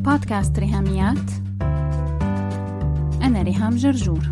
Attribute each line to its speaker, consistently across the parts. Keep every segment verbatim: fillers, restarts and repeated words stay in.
Speaker 1: بودكاست ريهاميات. أنا ريهام جرجور.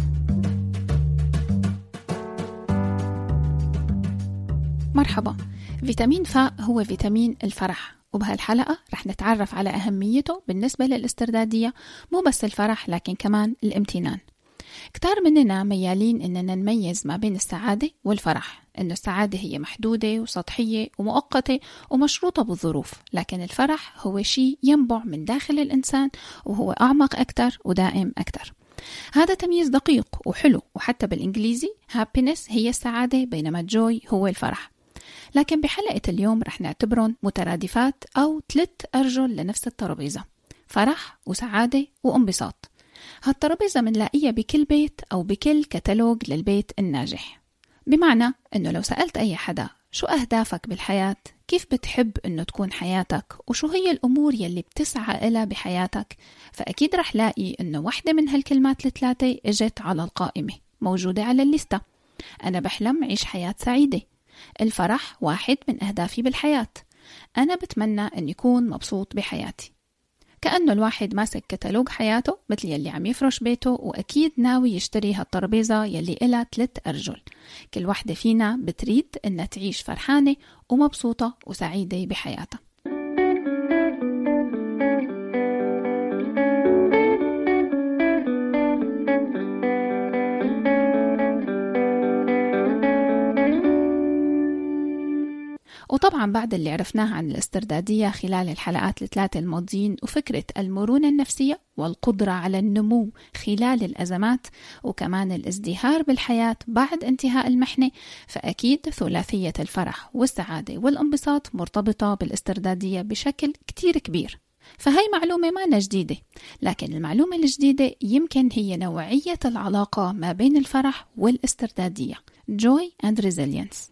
Speaker 1: مرحبا. فيتامين فاء هو فيتامين الفرح، وبهالحلقة رح نتعرف على أهميته بالنسبة للاستردادية، مو بس الفرح لكن كمان الامتنان. كتار مننا ميالين إننا نميز ما بين السعادة والفرح، إنه السعادة هي محدودة وسطحية ومؤقتة ومشروطة بالظروف، لكن الفرح هو شيء ينبع من داخل الإنسان وهو أعمق أكتر ودائم أكتر. هذا تمييز دقيق وحلو، وحتى بالإنجليزي happiness هي السعادة بينما joy هو الفرح. لكن بحلقة اليوم رح نعتبرهم مترادفات أو ثلاث أرجل لنفس الترابيزة: فرح وسعادة وانبساط. هالترابيزة منلاقيها بكل بيت أو بكل كتالوج للبيت الناجح. بمعنى أنه لو سألت أي حدا شو أهدافك بالحياة، كيف بتحب أنه تكون حياتك، وشو هي الأمور يلي بتسعى إلها بحياتك، فأكيد رح لاقي أنه واحدة من هالكلمات الثلاثة اجت على القائمة، موجودة على الليستة. أنا بحلم عيش حياة سعيدة. الفرح واحد من أهدافي بالحياة. أنا بتمنى أن يكون مبسوط بحياتي. كأنه الواحد ماسك كتالوج حياته مثل يلي عم يفرش بيته، وأكيد ناوي يشتري هالترابيزة يلي إلها ثلاث أرجل. كل واحدة فينا بتريد أنها تعيش فرحانة ومبسوطة وسعيدة بحياتها. وطبعا بعد اللي عرفناه عن الاستردادية خلال الحلقات الثلاثة الماضيين، وفكرة المرونة النفسية والقدرة على النمو خلال الأزمات، وكمان الازدهار بالحياة بعد انتهاء المحنة، فأكيد ثلاثية الفرح والسعادة والانبساط مرتبطة بالاستردادية بشكل كتير كبير. فهي معلومة ما جديدة، لكن المعلومة الجديدة يمكن هي نوعية العلاقة ما بين الفرح والاستردادية. Joy and Resilience.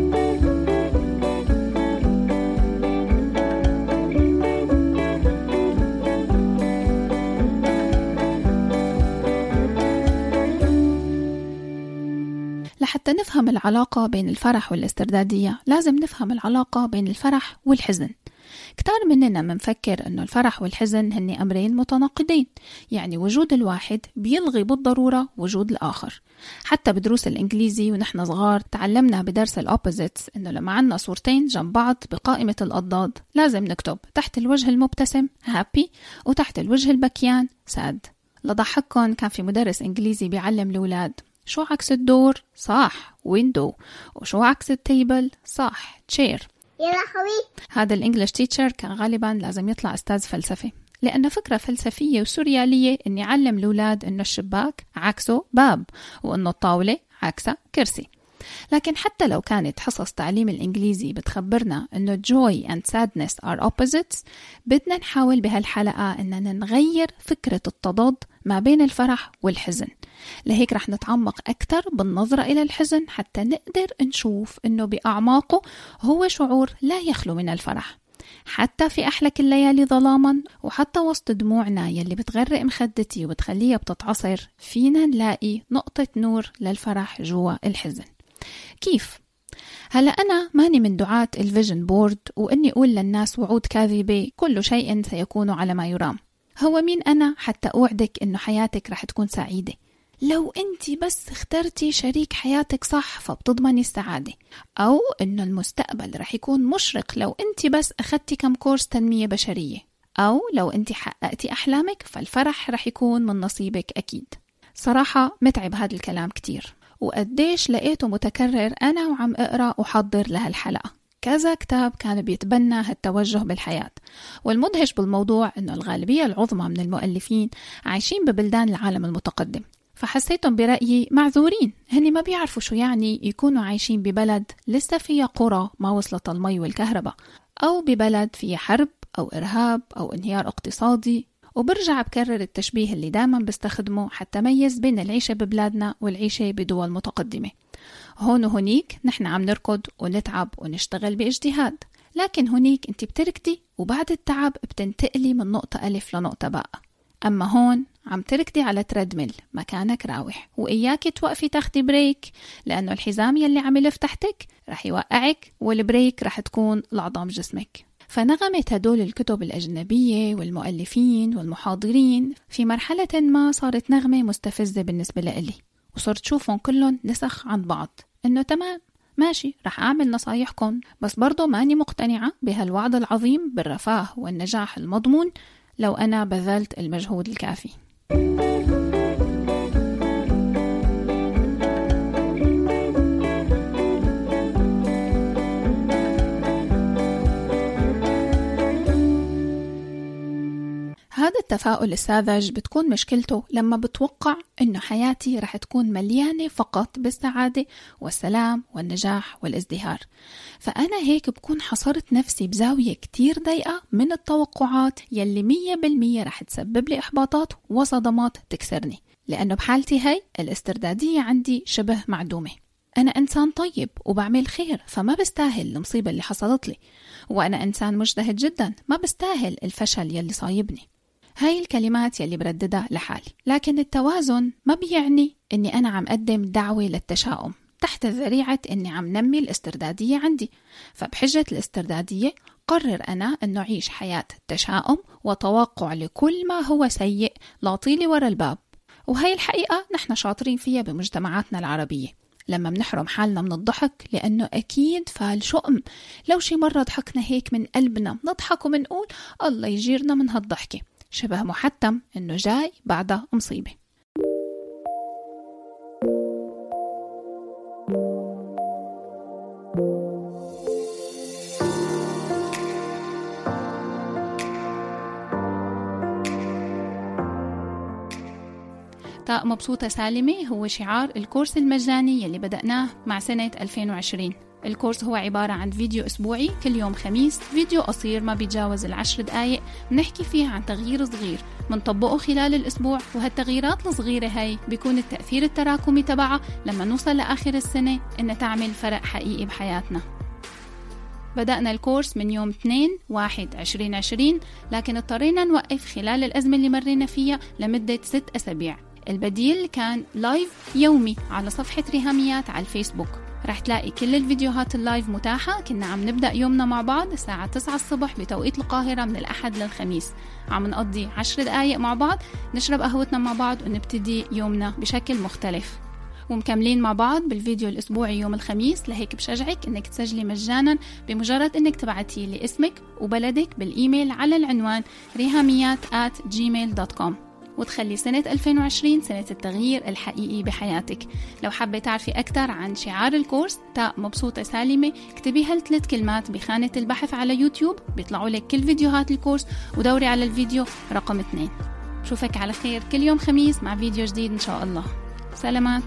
Speaker 1: لحتى نفهم العلاقة بين الفرح والاستردادية لازم نفهم العلاقة بين الفرح والحزن. كتار مننا منفكر أنه الفرح والحزن هن أمرين متناقضين، يعني وجود الواحد بيلغي بالضرورة وجود الآخر. حتى بدروس الإنجليزي ونحن صغار تعلمنا بدرس الأوبوزيتس أنه لما عنا صورتين جنب بعض بقائمة الأضداد لازم نكتب تحت الوجه المبتسم happy وتحت الوجه البكيان sad. لضحككم كان في مدرس إنجليزي بيعلم الأولاد شو عكس الدور؟ صح window. وشو عكس التيبل؟ صح chair.
Speaker 2: يا لهوي.
Speaker 1: هذا الانجليش تيتشر كان غالبا لازم يطلع أستاذ فلسفة، لأنه فكرة فلسفية وسوريالية إني يعلم الأولاد إنه الشباك عكسه باب، وإنه الطاولة عكسها كرسي. لكن حتى لو كانت حصص تعليم الإنجليزي بتخبرنا إنه joy and sadness are opposites، بدنا نحاول بهالحلقة إننا نغير فكرة التضاد ما بين الفرح والحزن. لهيك رح نتعمق أكثر بالنظرة إلى الحزن حتى نقدر نشوف إنه بأعماقه هو شعور لا يخلو من الفرح. حتى في أحلك الليالي ظلاما، وحتى وسط دموعنا يلي بتغرق مخدتي وبتخليها بتتعصر، فينا نلاقي نقطة نور للفرح جوا الحزن. كيف؟ هلأ أنا ماني من دعاة الفيجن بورد وإني أقول للناس وعود كاذبة كل شيء سيكون على ما يرام. هو مين أنا حتى أوعدك إنه حياتك رح تكون سعيدة؟ لو أنتي بس اخترتي شريك حياتك صح فبتضمني السعادة، أو إنه المستقبل رح يكون مشرق لو أنتي بس أخدتي كم كورس تنمية بشرية، أو لو أنتي حققتي أحلامك فالفرح رح يكون من نصيبك أكيد. صراحة متعب هذا الكلام كتير، وقديش لقيته متكرر أنا وعم أقرأ وحضر لهالحلقة. كذا كتاب كان بيتبنى هالتوجه بالحياة، والمدهش بالموضوع إنه الغالبية العظمى من المؤلفين عايشين ببلدان العالم المتقدم، فحسيتهم برأيي معذورين، هني ما بيعرفوا شو يعني يكونوا عايشين ببلد لسه فيها قرى ما وصلت المي والكهرباء، أو ببلد فيها حرب أو إرهاب أو انهيار اقتصادي. وبرجع بكرر التشبيه اللي دائما بستخدمه حتى ميز بين العيشة ببلادنا والعيشة بدول متقدمة. هون وهنيك نحن عم نركض ونتعب ونشتغل باجتهاد، لكن هنيك انت بتركضي وبعد التعب بتنتقلي من نقطة ألف لنقطة باء. أما هون عم تركضي على تريدميل مكانك راوح، وإياكي توقفي تاخدي بريك، لأنه الحزام يلي عم يلف تحتك رح يوقعك، والبريك رح تكون لعظام جسمك. فنغمة هدول الكتب الأجنبية والمؤلفين والمحاضرين في مرحلة ما صارت نغمة مستفزة بالنسبة لإلي، وصرت شوفهم كلهم نسخ عن بعض، إنه تمام ماشي رح أعمل نصايحكم، بس برضو ماني مقتنعة بهالوعد العظيم بالرفاه والنجاح المضمون لو أنا بذلت المجهود الكافي. هذا التفاؤل الساذج بتكون مشكلته لما بتوقع إنه حياتي رح تكون مليانة فقط بالسعادة والسلام والنجاح والازدهار، فأنا هيك بكون حصرت نفسي بزاوية كتير ضيقة من التوقعات يلي مية بالمية رح تسبب لي إحباطات وصدمات تكسرني، لأنه بحالتي هاي الاستردادية عندي شبه معدومة. أنا إنسان طيب وبعمل خير، فما بستاهل المصيبة اللي حصلت لي، وأنا إنسان مجتهد جدا ما بستاهل الفشل يلي صايبني. هاي الكلمات يلي برددها لحالي، لكن التوازن ما بيعني إني أنا عم أقدم دعوة للتشاؤم تحت ذريعة إني عم نمي الاستردادية عندي. فبحجة الاستردادية قرر أنا أنه أعيش حياة تشاؤم وتوقع لكل ما هو سيء لا طيلي ورا الباب. وهي الحقيقة نحن شاطرين فيها بمجتمعاتنا العربية، لما بنحرم حالنا من الضحك لأنه أكيد فال شؤم. لو شي مرة ضحكنا هيك من قلبنا نضحك ومنقول الله يجيرنا من هالضحكة، شبه محتم إنه جاي بعدها مصيبة. تاء مبسوطة سالمة هو شعار الكورس المجاني يلي بدأناه مع سنة ألفين وعشرين. الكورس هو عبارة عن فيديو أسبوعي كل يوم خميس، فيديو قصير ما بيتجاوز العشر دقايق، بنحكي فيه عن تغيير صغير منطبقه خلال الأسبوع، وهالتغييرات الصغيرة هاي بيكون التأثير التراكمي تبعها لما نوصل لآخر السنة إن تعمل فرق حقيقي بحياتنا. بدأنا الكورس من يوم اثنين واحد عشرين عشرين، لكن اضطرينا نوقف خلال الأزمة اللي مرينا فيها لمدة ست أسابيع. البديل كان لايف يومي على صفحة ريهاميات على الفيسبوك. رح تلاقي كل الفيديوهات اللايف متاحة. كنا عم نبدأ يومنا مع بعض الساعة تسعة الصبح بتوقيت القاهرة من الأحد للخميس، عم نقضي عشر دقايق مع بعض، نشرب قهوتنا مع بعض ونبتدي يومنا بشكل مختلف، ومكملين مع بعض بالفيديو الأسبوعي يوم الخميس. لهيك بشجعك إنك تسجلي مجانا بمجرد إنك تبعتي لي اسمك وبلدك بالإيميل على العنوان ريهاميات آت جيميل دوت كوم، وتخلي سنة ألفين وعشرين سنة التغيير الحقيقي بحياتك. لو حابة تعرفي أكثر عن شعار الكورس تاء مبسوطة سالمة، اكتبي هالثلاث كلمات بخانة البحث على يوتيوب، بيطلعوا لك كل فيديوهات الكورس، ودوري على الفيديو رقم اثنين. شوفك على خير كل يوم خميس مع فيديو جديد إن شاء الله. سلامات.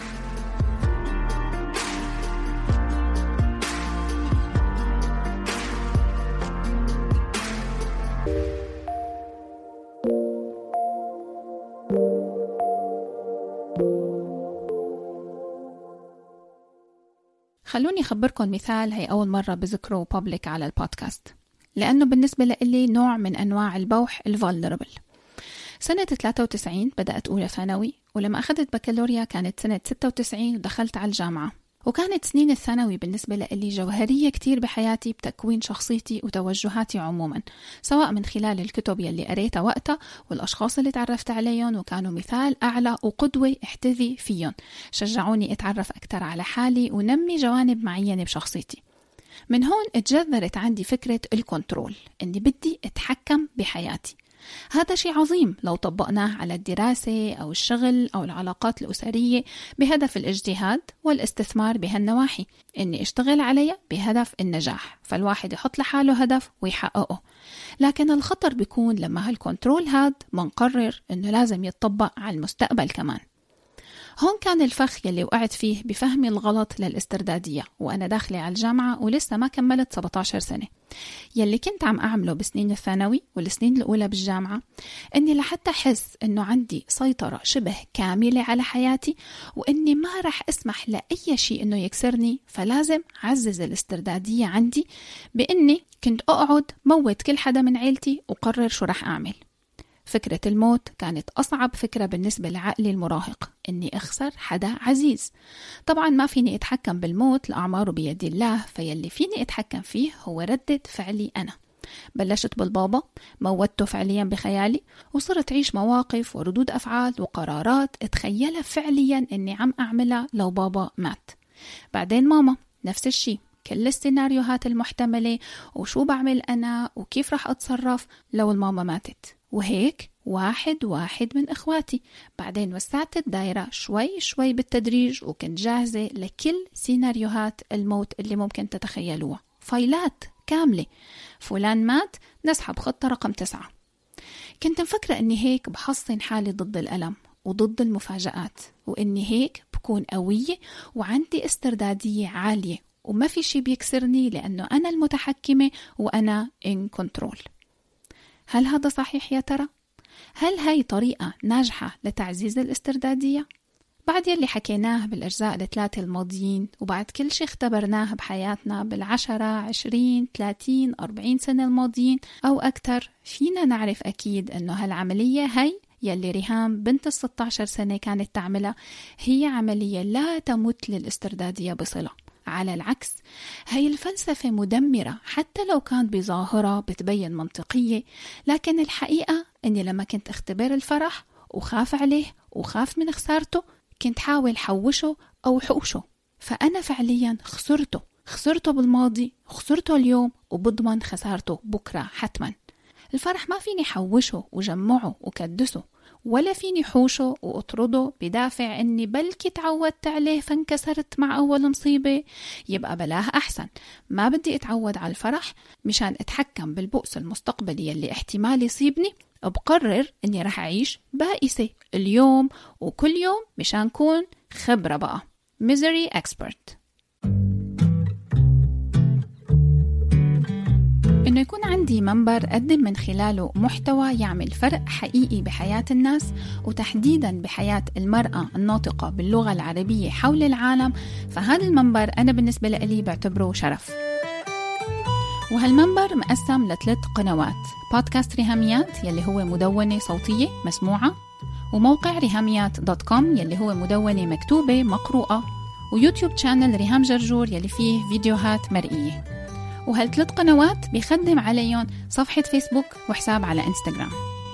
Speaker 1: خلوني أخبركم مثال هي أول مرة بذكره بابليك على البودكاست، لأنه بالنسبة لي نوع من أنواع البوح الفولنربل. سنة ثلاثة وتسعين بدأت أولى ثانوي، ولما أخذت بكالوريا كانت سنة ستة وتسعين ودخلت على الجامعة. وكانت سنين الثانوي بالنسبة لي جوهرية كتير بحياتي بتكوين شخصيتي وتوجهاتي عموما، سواء من خلال الكتب يلي قريتها وقتها والأشخاص اللي تعرفت عليهم وكانوا مثال أعلى وقدوة احتذي فيهم، شجعوني أتعرف أكتر على حالي ونمي جوانب معينة بشخصيتي. من هون اتجذرت عندي فكرة الكنترول، إني بدي أتحكم بحياتي. هذا شيء عظيم لو طبقناه على الدراسة أو الشغل أو العلاقات الأسرية بهدف الاجتهاد والاستثمار بهالنواحي، إني اشتغل عليها بهدف النجاح، فالواحد يحط لحاله هدف ويحققه. لكن الخطر بيكون لما هالكنترول هاد منقرر إنه لازم يتطبق على المستقبل كمان. هون كان الفخ يلي وقعت فيه بفهمي الغلط للاستردادية وأنا داخلة على الجامعة ولسه ما كملت سبعة عشر سنة. يلي كنت عم أعمله بسنين الثانوي والسنين الأولى بالجامعة أني لحتى أحس أنه عندي سيطرة شبه كاملة على حياتي وأني ما رح أسمح لأي شيء أنه يكسرني، فلازم أعزز الاستردادية عندي بأني كنت أقعد موت كل حدا من عيلتي وقرر شو رح أعمل. فكرة الموت كانت أصعب فكرة بالنسبة لعقلي المراهق، إني أخسر حدا عزيز. طبعا ما فيني أتحكم بالموت، الأعمار بيد الله، فيلي فيني أتحكم فيه هو ردة فعلي أنا. بلشت بالبابا، موتته فعليا بخيالي، وصرت عيش مواقف وردود أفعال وقرارات اتخيلها فعليا أني عم أعملها لو بابا مات. بعدين ماما نفس الشي، كل السيناريوهات المحتملة وشو بعمل أنا وكيف رح أتصرف لو الماما ماتت. وهيك واحد واحد من إخواتي. بعدين وسعت الدائرة شوي شوي بالتدريج، وكنت جاهزة لكل سيناريوهات الموت اللي ممكن تتخيلوها، فايلات كاملة. فلان مات، نسحب خطة رقم تسعة. كنت مفكرة أني هيك بحصن حالي ضد الألم وضد المفاجآت، وأني هيك بكون قوية وعندي استردادية عالية وما في شي بيكسرني لأنه أنا المتحكمة وأنا in control. هل هذا صحيح يا ترى؟ هل هاي طريقة ناجحة لتعزيز الاستردادية؟ بعد يلي حكيناه بالأجزاء الثلاثة الماضيين، وبعد كل شيء اختبرناه بحياتنا بالعشرة عشرين ثلاثين أربعين سنة الماضيين أو أكثر، فينا نعرف أكيد أنه هالعملية هاي يلي ريهام بنت الستة عشر سنة كانت تعملها هي عملية لا تمت للاستردادية بصلة. على العكس، هاي الفلسفة مدمرة حتى لو كانت بظاهرة بتبين منطقية، لكن الحقيقة أني لما كنت اختبر الفرح وخاف عليه وخاف من خسارته، كنت حاول حوشه أو حوشه، فأنا فعليا خسرته خسرته بالماضي، خسرته اليوم، وبضمن خسارته بكرة حتما. الفرح ما فيني حوشه وجمعه وكدسه، ولا فيني حوشه وأطرده بدافع أني بلكي تعودت عليه فانكسرت مع أول مصيبة، يبقى بلاه أحسن. ما بدي أتعود على الفرح مشان أتحكم بالبؤس المستقبلي يلي احتمال يصيبني. بقرر أني رح أعيش بائسة اليوم وكل يوم مشان كون خبرة بقى misery expert. إنه يكون عندي منبر أقدم من خلاله محتوى يعمل فرق حقيقي بحياة الناس، وتحديداً بحياة المرأة الناطقة باللغة العربية حول العالم، فهذا المنبر أنا بالنسبة لي بعتبره شرف. وهالمنبر مقسم لثلاث قنوات: بودكاست ريهاميات يلي هو مدونة صوتية مسموعة، وموقع ريهاميات دوت كوم يلي هو مدونة مكتوبة مقروءة، ويوتيوب شانل ريهام جرجور يلي فيه فيديوهات مرئية. وهالثلاث قنوات بيخدم عليهم صفحة فيسبوك وحساب على إنستغرام.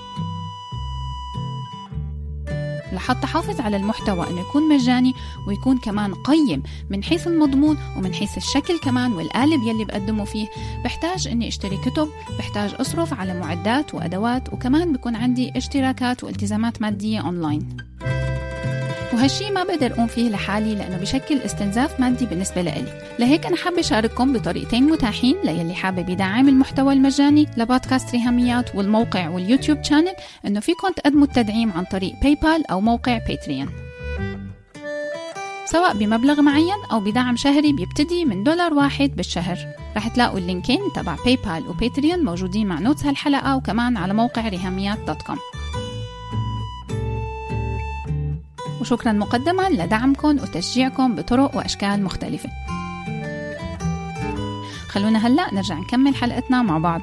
Speaker 1: لحتى حافظ على المحتوى أنه يكون مجاني ويكون كمان قيم من حيث المضمون ومن حيث الشكل كمان والقالب يلي بقدمه فيه، بحتاج أني اشتري كتب، بحتاج أصرف على معدات وأدوات، وكمان بيكون عندي اشتراكات والتزامات مادية أونلاين. وهالشي ما بقدر أقوم فيه لحالي لأنه بشكل استنزاف مادي بالنسبة لإلي. لهيك أنا حابة أشارككم بطريقتين متاحين ليلي حابب يدعم المحتوى المجاني لبودكاست ريهاميات والموقع واليوتيوب شانل، إنه فيكم تقدموا التدعيم عن طريق باي بال أو موقع باتريون، سواء بمبلغ معين أو بدعم شهري بيبتدي من دولار واحد بالشهر. رح تلاقوا اللينكين تبع باي بال وباتريون موجودين مع نوتس هالحلقة، وكمان على موقع ريهاميات دوت كوم. وشكرا مقدما لدعمكم وتشجيعكم بطرق وأشكال مختلفة. خلونا هلأ نرجع نكمل حلقتنا مع بعض.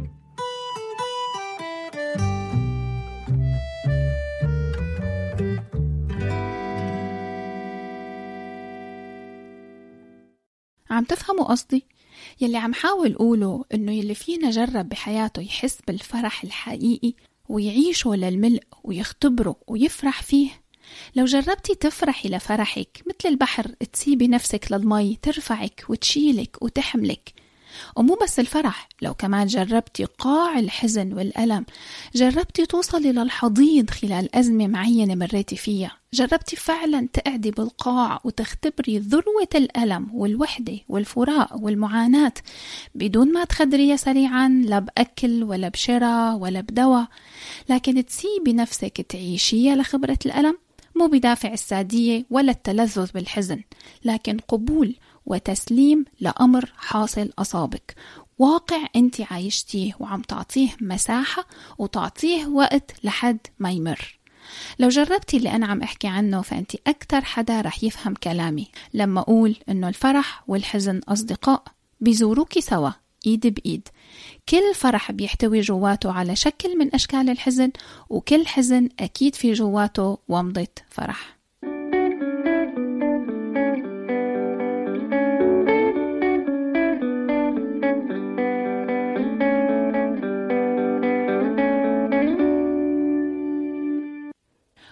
Speaker 1: عم تفهموا قصدي؟ يلي عم حاول أقوله إنه يلي فينا جرب بحياته يحس بالفرح الحقيقي ويعيشه للملء ويختبره ويفرح فيه. لو جربتي تفرحي لفرحك مثل البحر، تسيبي نفسك للمي ترفعك وتشيلك وتحملك. ومو بس الفرح، لو كمان جربتي قاع الحزن والألم، جربتي توصلي للحضيض خلال أزمة معينة مريتي فيها، جربتي فعلا تقعدي بالقاع وتختبري ذروة الألم والوحدة والفراق والمعاناة بدون ما تخدريها سريعا، لا بأكل ولا بشراء ولا بدواء، لكن تسيبي نفسك تعيشيها لخبرة الألم، مو بدافع السادية ولا التلذذ بالحزن، لكن قبول وتسليم لأمر حاصل أصابك، واقع أنت عايشتيه وعم تعطيه مساحة وتعطيه وقت لحد ما يمر. لو جربتي اللي أنا عم أحكي عنه، فأنت أكتر حدا رح يفهم كلامي لما أقول إنه الفرح والحزن أصدقاء بيزوروكي سوا إيد بإيد. كل فرح بيحتوي جواته على شكل من أشكال الحزن، وكل حزن أكيد في جواته ومضة فرح.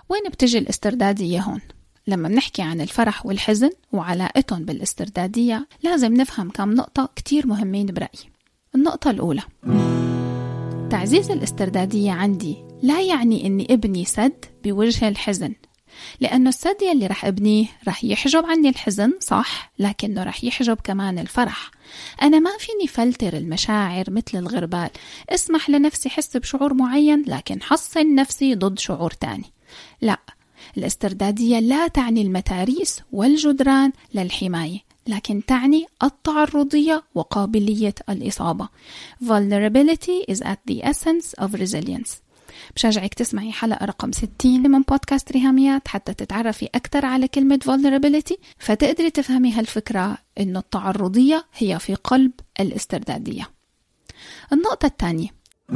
Speaker 1: وين بتجي الاستردادية هون؟ لما بنحكي عن الفرح والحزن وعلاقتهم بالاستردادية لازم نفهم كم نقطة كتير مهمين برأيي. النقطة الأولى، تعزيز الاستردادية عندي لا يعني أني ابني سد بوجه الحزن، لأنه السد يلي رح ابنيه رح يحجب عني الحزن صح، لكنه رح يحجب كمان الفرح. أنا ما فيني فلتر المشاعر مثل الغربال، اسمح لنفسي حس بشعور معين لكن حصن نفسي ضد شعور تاني. لا، الاستردادية لا تعني المتاريس والجدران للحماية، لكن تعني التعرضية وقابلية الإصابة. Vulnerability is at the essence of resilience. بشجعك تسمعي حلقة رقم ستين من بودكاست ريهاميات حتى تتعرفي أكثر على كلمة vulnerability، فتقدري تفهمي هالفكرة إنه التعرضية هي في قلب الاستردادية. النقطة الثانية،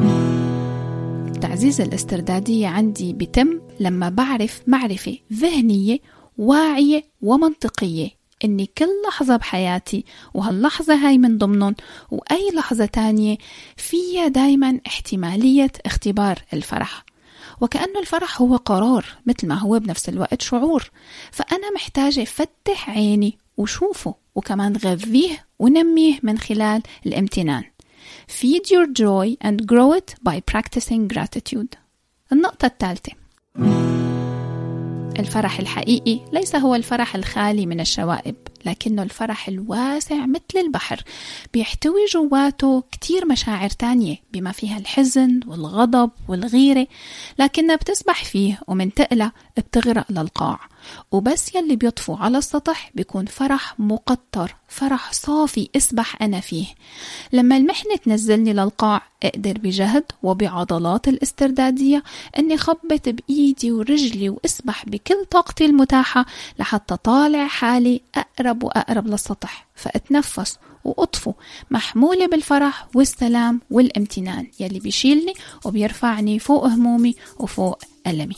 Speaker 1: تعزيز الاستردادية عندي بيتم لما بعرف معرفة ذهنية واعية ومنطقية إني كل لحظة بحياتي وهاللحظة هاي من ضمنهم وأي لحظة تانية فيها دايما احتمالية اختبار الفرح، وكأنه الفرح هو قرار مثل ما هو بنفس الوقت شعور. فأنا محتاجة فتح عيني وشوفه، وكمان غذيه ونميه من خلال الامتنان. Feed your joy and grow it by practicing gratitude. النقطة الثالثة، الفرح الحقيقي ليس هو الفرح الخالي من الشوائب، لكنه الفرح الواسع مثل البحر، بيحتوي جواته كتير مشاعر تانية بما فيها الحزن والغضب والغيرة، لكنها بتسبح فيه ومن تقلة بتغرق للقاع. وبس يلي بيطفو على السطح بيكون فرح مقطر، فرح صافي اسبح أنا فيه. لما المحنة تنزلني للقاع اقدر بجهد وبعضلات الاستردادية اني خبط بإيدي ورجلي واسبح بكل طاقتي المتاحة لحتى طالع حالي أقرب وأقرب للسطح، فأتنفس وأطفو محمولة بالفرح والسلام والامتنان يلي بيشيلني وبيرفعني فوق همومي وفوق ألمي.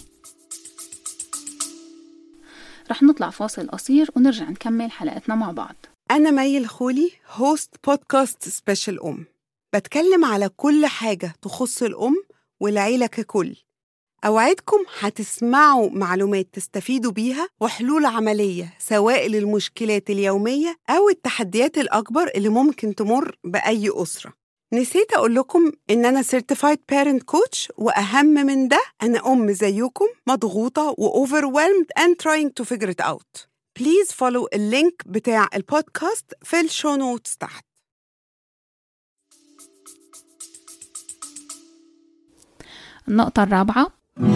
Speaker 1: رح نطلع فاصل قصير ونرجع نكمل حلقتنا مع بعض.
Speaker 2: أنا مي الخولي، هوست بودكاست سبيشال أم، بتكلم على كل حاجة تخص الأم والعيلة ككل. أوعدكم هتسمعوا معلومات تستفيدوا بيها وحلول عملية سواء للمشكلات اليومية أو التحديات الأكبر اللي ممكن تمر بأي أسرة. نسيت أقول لكم إن أنا Certified Parent Coach، وأهم من ده أنا أم زيكم مضغوطة و overwhelmed and trying to figure it out. Please follow اللينك بتاع البودكاست في الشو نوتس تحت.
Speaker 1: النقطة الرابعة،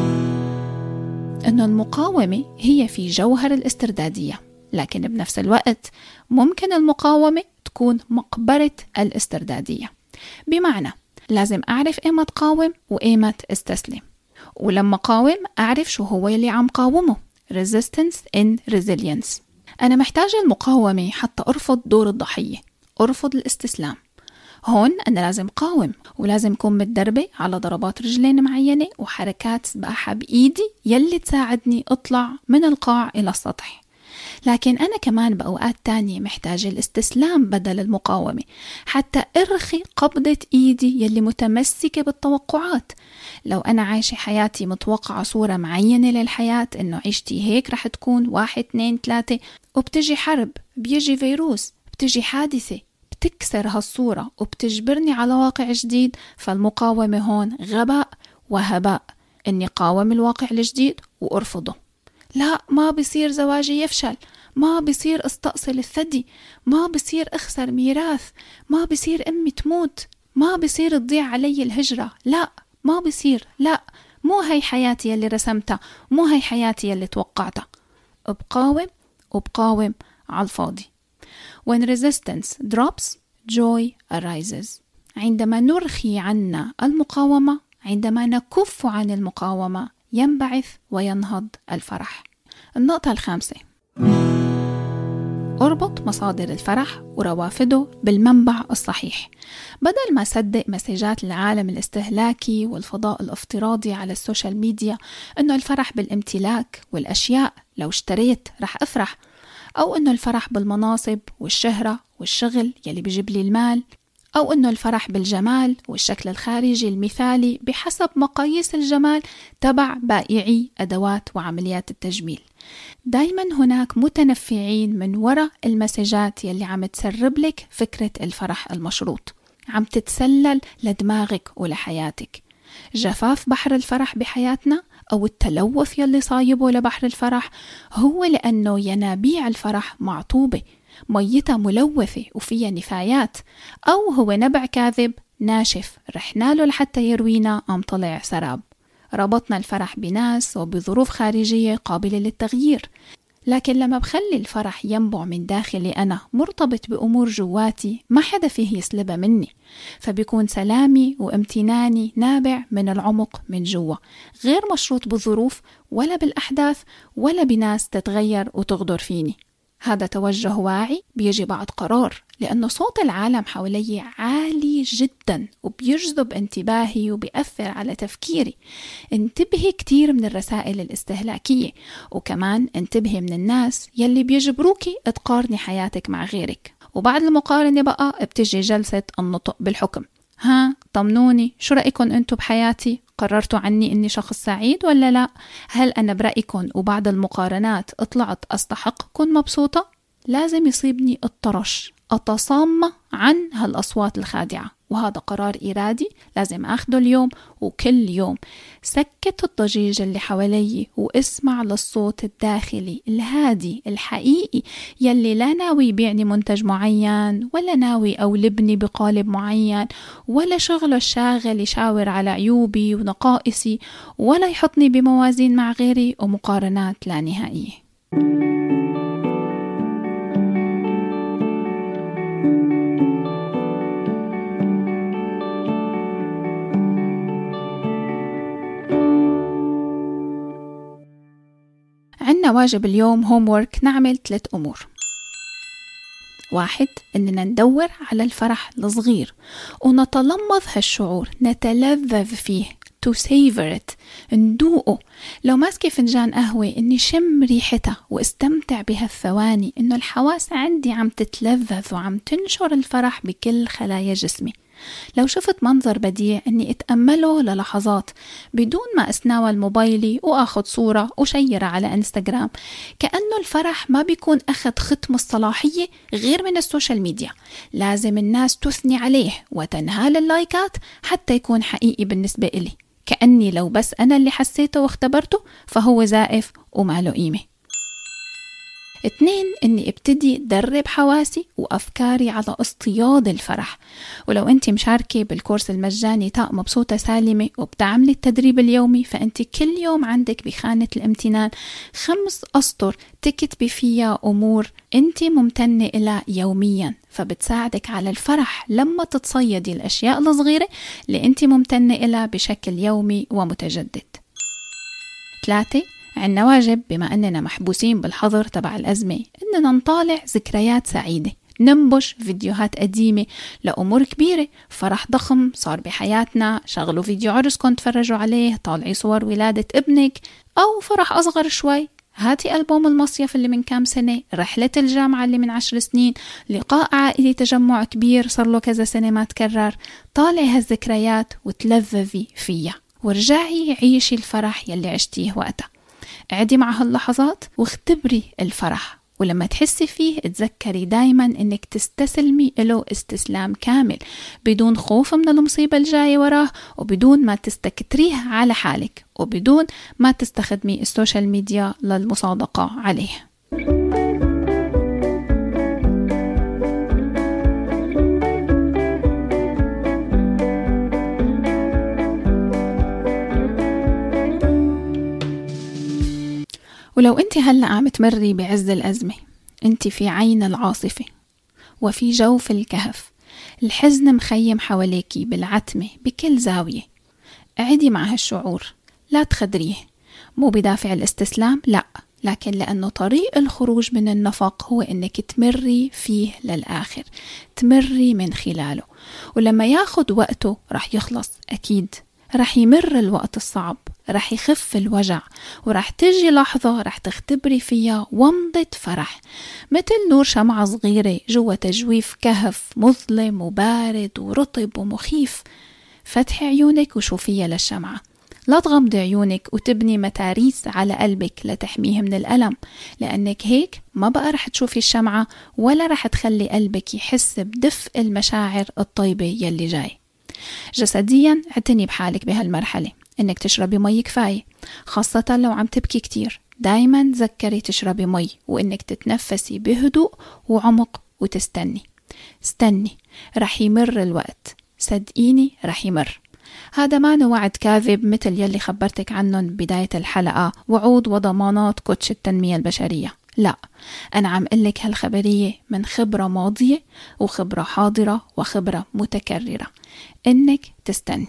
Speaker 1: إنه المقاومة هي في جوهر الاستردادية، لكن بنفس الوقت ممكن المقاومة تكون مقبرة الاستردادية. بمعنى لازم أعرف إيمة تقاوم وإيمة استسلم، ولما قاوم أعرف شو هو اللي عم قاومه. resistance in resilience. أنا محتاجة المقاومة حتى أرفض دور الضحية، أرفض الاستسلام. هون أنا لازم قاوم، ولازم أكون متدربة على ضربات رجلين معينة وحركات سباحة بإيدي يلي تساعدني أطلع من القاع إلى السطح. لكن أنا كمان بأوقات تانية محتاجة الاستسلام بدل المقاومة حتى أرخي قبضة إيدي يلي متمسكة بالتوقعات. لو أنا عايشة حياتي متوقعة صورة معينة للحياة، إنه عيشتي هيك رح تكون واحد اثنين ثلاثة، وبتجي حرب، بيجي فيروس، بتجي حادثة بتكسر هالصورة وبتجبرني على واقع جديد، فالمقاومة هون غباء وهباء. إني قاوم الواقع الجديد وأرفضه. لا، ما بصير زواجي يفشل، ما بصير استأصل الثدي، ما بصير اخسر ميراث، ما بصير امي تموت، ما بصير تضيع علي الهجرة. لا، ما بصير. لا، مو هاي حياتي اللي رسمتها، مو هاي حياتي اللي توقعتها. بقاوم وبقاوم على الفاضي. When resistance drops, joy arises. عندما نرخي عنا المقاومة، عندما نكف عن المقاومة، ينبعث وينهض الفرح. النقطة الخامسة، أربط مصادر الفرح وروافده بالمنبع الصحيح. بدل ما صدق مسجات العالم الاستهلاكي والفضاء الافتراضي على السوشيال ميديا إنه الفرح بالامتلاك والأشياء، لو اشتريت رح أفرح، أو إنه الفرح بالمناصب والشهرة والشغل يلي بيجيب لي المال، أو أنه الفرح بالجمال والشكل الخارجي المثالي بحسب مقاييس الجمال تبع بائعي أدوات وعمليات التجميل. دايما هناك متنفعين من وراء المسجات يلي عم تسرب لك فكرة الفرح المشروط، عم تتسلل لدماغك ولحياتك. جفاف بحر الفرح بحياتنا أو التلوث يلي صايبه لبحر الفرح هو لأنه ينابيع الفرح معطوبة، ميتها ملوثة وفيها نفايات، أو هو نبع كاذب ناشف رحنا له لحتى يروينا أم طلع سراب. ربطنا الفرح بناس وبظروف خارجية قابلة للتغيير، لكن لما بخلي الفرح ينبع من داخلي أنا مرتبط بأمور جواتي ما حدا فيه يسلبها مني، فبيكون سلامي وامتناني نابع من العمق من جوا، غير مشروط بالظروف ولا بالأحداث ولا بناس تتغير وتغدر فيني. هذا توجه واعي بيجي بعد قرار، لأنه صوت العالم حوالي عالي جدا وبيجذب انتباهي وبيأثر على تفكيري. انتبهي كتير من الرسائل الاستهلاكية، وكمان انتبهي من الناس يلي بيجبروكي تقارني حياتك مع غيرك. وبعد المقارنة بقى بتجي جلسة النطق بالحكم. ها طمنوني، شو رأيكم أنتوا بحياتي؟ قررتوا عني أني شخص سعيد ولا لا؟ هل أنا برأيكم وبعد المقارنات اطلعت أستحق كون مبسوطة؟ لازم يصيبني الطرش، أتصامة عن هالأصوات الخادعة، وهذا قرار إرادي لازم أخده اليوم وكل يوم. سكت الضجيج اللي حوالي واسمع للصوت الداخلي الهادي الحقيقي يلي لا ناوي يبيعني منتج معين، ولا ناوي أولبني بقالب معين، ولا شغله الشاغل يشاور على عيوبي ونقائصي، ولا يحطني بموازين مع غيري ومقارنات لا نهائية. عنا واجب اليوم هوم وورك، نعمل ثلاث أمور. واحد، إننا ندور على الفرح الصغير ونتلمذ هالشعور، نتلذذ فيه، to savor it، ندوقه. لو ماسكي فنجان قهوة إني شم ريحتها واستمتع بهالثواني، إنه الحواس عندي عم تتلذذ وعم تنشر الفرح بكل خلايا جسمي. لو شفت منظر بديع إني أتأمله للحظات بدون ما أسناول موبايلي وأخذ صورة وشيرها على إنستغرام، كأنه الفرح ما بيكون أخذ ختم الصلاحية غير من السوشيال ميديا، لازم الناس تثني عليه وتنهال اللايكات حتى يكون حقيقي بالنسبة إلي، كأني لو بس أنا اللي حسيته واختبرته فهو زائف وما له قيمة. اتنين، اني ابتدي درب حواسي وافكاري على اصطياد الفرح. ولو انت مشاركة بالكورس المجاني تاء مبسوطة سالمة وبتعملي التدريب اليومي، فانت كل يوم عندك بخانة الامتنان خمس اسطر تكتبي فيها امور انت ممتنة إلها يوميا، فبتساعدك على الفرح لما تتصيدي الاشياء الصغيرة اللي انت ممتنة إلها بشكل يومي ومتجدد. ثلاثة، عنا واجب بما أننا محبوسين بالحظر تبع الأزمة، أننا نطالع ذكريات سعيدة، ننبش فيديوهات قديمة لأمور كبيرة، فرح ضخم صار بحياتنا، شغلوا فيديو عرسكم تفرجوا عليه، طالعي صور ولادة ابنك، أو فرح أصغر شوي، هاتي ألبوم المصيف اللي من كام سنة، رحلة الجامعة اللي من عشر سنين، لقاء عائلي، تجمع كبير صار له كذا سنة ما تكرر. طالعي هالذكريات وتلذذي فيها، ورجعي عيشي الفرح يلي عشتيه وقتها. اعدي مع هاللحظات واختبري الفرح، ولما تحسي فيه تذكري دايما انك تستسلمي له استسلام كامل، بدون خوف من المصيبة الجاية وراه، وبدون ما تستكتريه على حالك، وبدون ما تستخدمي السوشيال ميديا للمصادقة عليه. ولو انت هلأ عم تمري بعز الأزمة، انت في عين العاصفة وفي جوف الكهف، الحزن مخيم حواليكي بالعتمة بكل زاوية، اعدي مع هالشعور، لا تخدريه، مو بدافع الاستسلام، لا، لكن لأنه طريق الخروج من النفق هو انك تمري فيه للآخر، تمري من خلاله. ولما ياخد وقته رح يخلص، أكيد رح يمر الوقت الصعب، رح يخف الوجع، ورح تجي لحظة رح تختبري فيها ومضة فرح، مثل نور شمعة صغيرة جوا تجويف كهف مظلم وبارد ورطب ومخيف. فتحي عيونك وشوفيها للشمعة، لا تغمضي عيونك وتبني متاريس على قلبك لتحميه من الألم، لأنك هيك ما بقى رح تشوفي الشمعة ولا رح تخلي قلبك يحس بدفء المشاعر الطيبة يلي جاي. جسديا اعتني بحالك بهالمرحلة، انك تشربي مي كفاية، خاصة لو عم تبكي كتير. دايما تذكري تشربي مي، وانك تتنفسي بهدوء وعمق وتستني. استني، رح يمر الوقت، صدقيني رح يمر. هذا ما وعد كاذب مثل يلي خبرتك عنهم بداية الحلقة، وعود وضمانات كوتش التنمية البشرية. لا، أنا عم قلك هالخبرية من خبرة ماضية وخبرة حاضرة وخبرة متكررة، إنك تستني.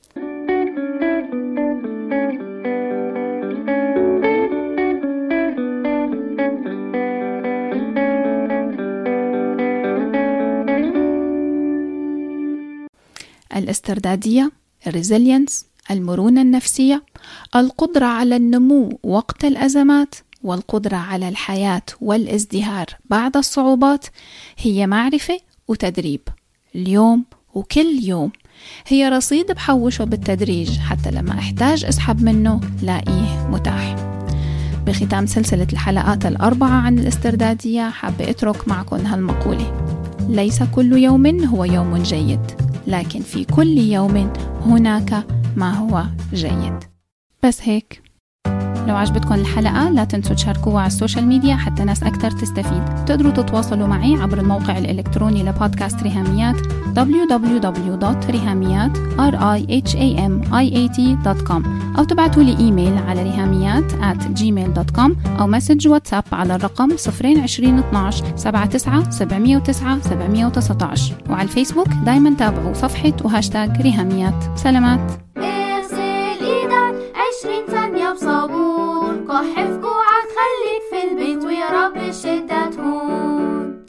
Speaker 1: الاستردادية، الريزيلينس، المرونة النفسية، القدرة على النمو وقت الأزمات، والقدرة على الحياة والازدهار بعد الصعوبات، هي معرفة وتدريب اليوم وكل يوم. هي رصيد بحوشه بالتدريج حتى لما احتاج اسحب منه لاقيه متاح. بختام سلسلة الحلقات الأربعة عن الاستردادية، حابة اترك معكم هالمقولة: ليس كل يوم هو يوم جيد، لكن في كل يوم هناك ما هو جيد. بس هيك. لو عجبتكم الحلقة لا تنسوا تشاركوها على السوشيال ميديا حتى ناس أكتر تستفيد. تقدروا تتواصلوا معي عبر الموقع الإلكتروني لبودكاست ريهاميات دبليو دبليو دبليو دوت ريهاميات دوت كوم، أو تبعتوا لي إيميل على ريهاميات آت جيميل دوت كوم، أو مسج واتساب على الرقم صفرين عشرين اثناش سبعة تسعة سبعمية وتسعة سبعمية وتسعتاش. وعلى الفيسبوك دايما تابعوا صفحة وهاشتاج ريهاميات. سلامات.
Speaker 3: عشرين ثانية بصابون، كح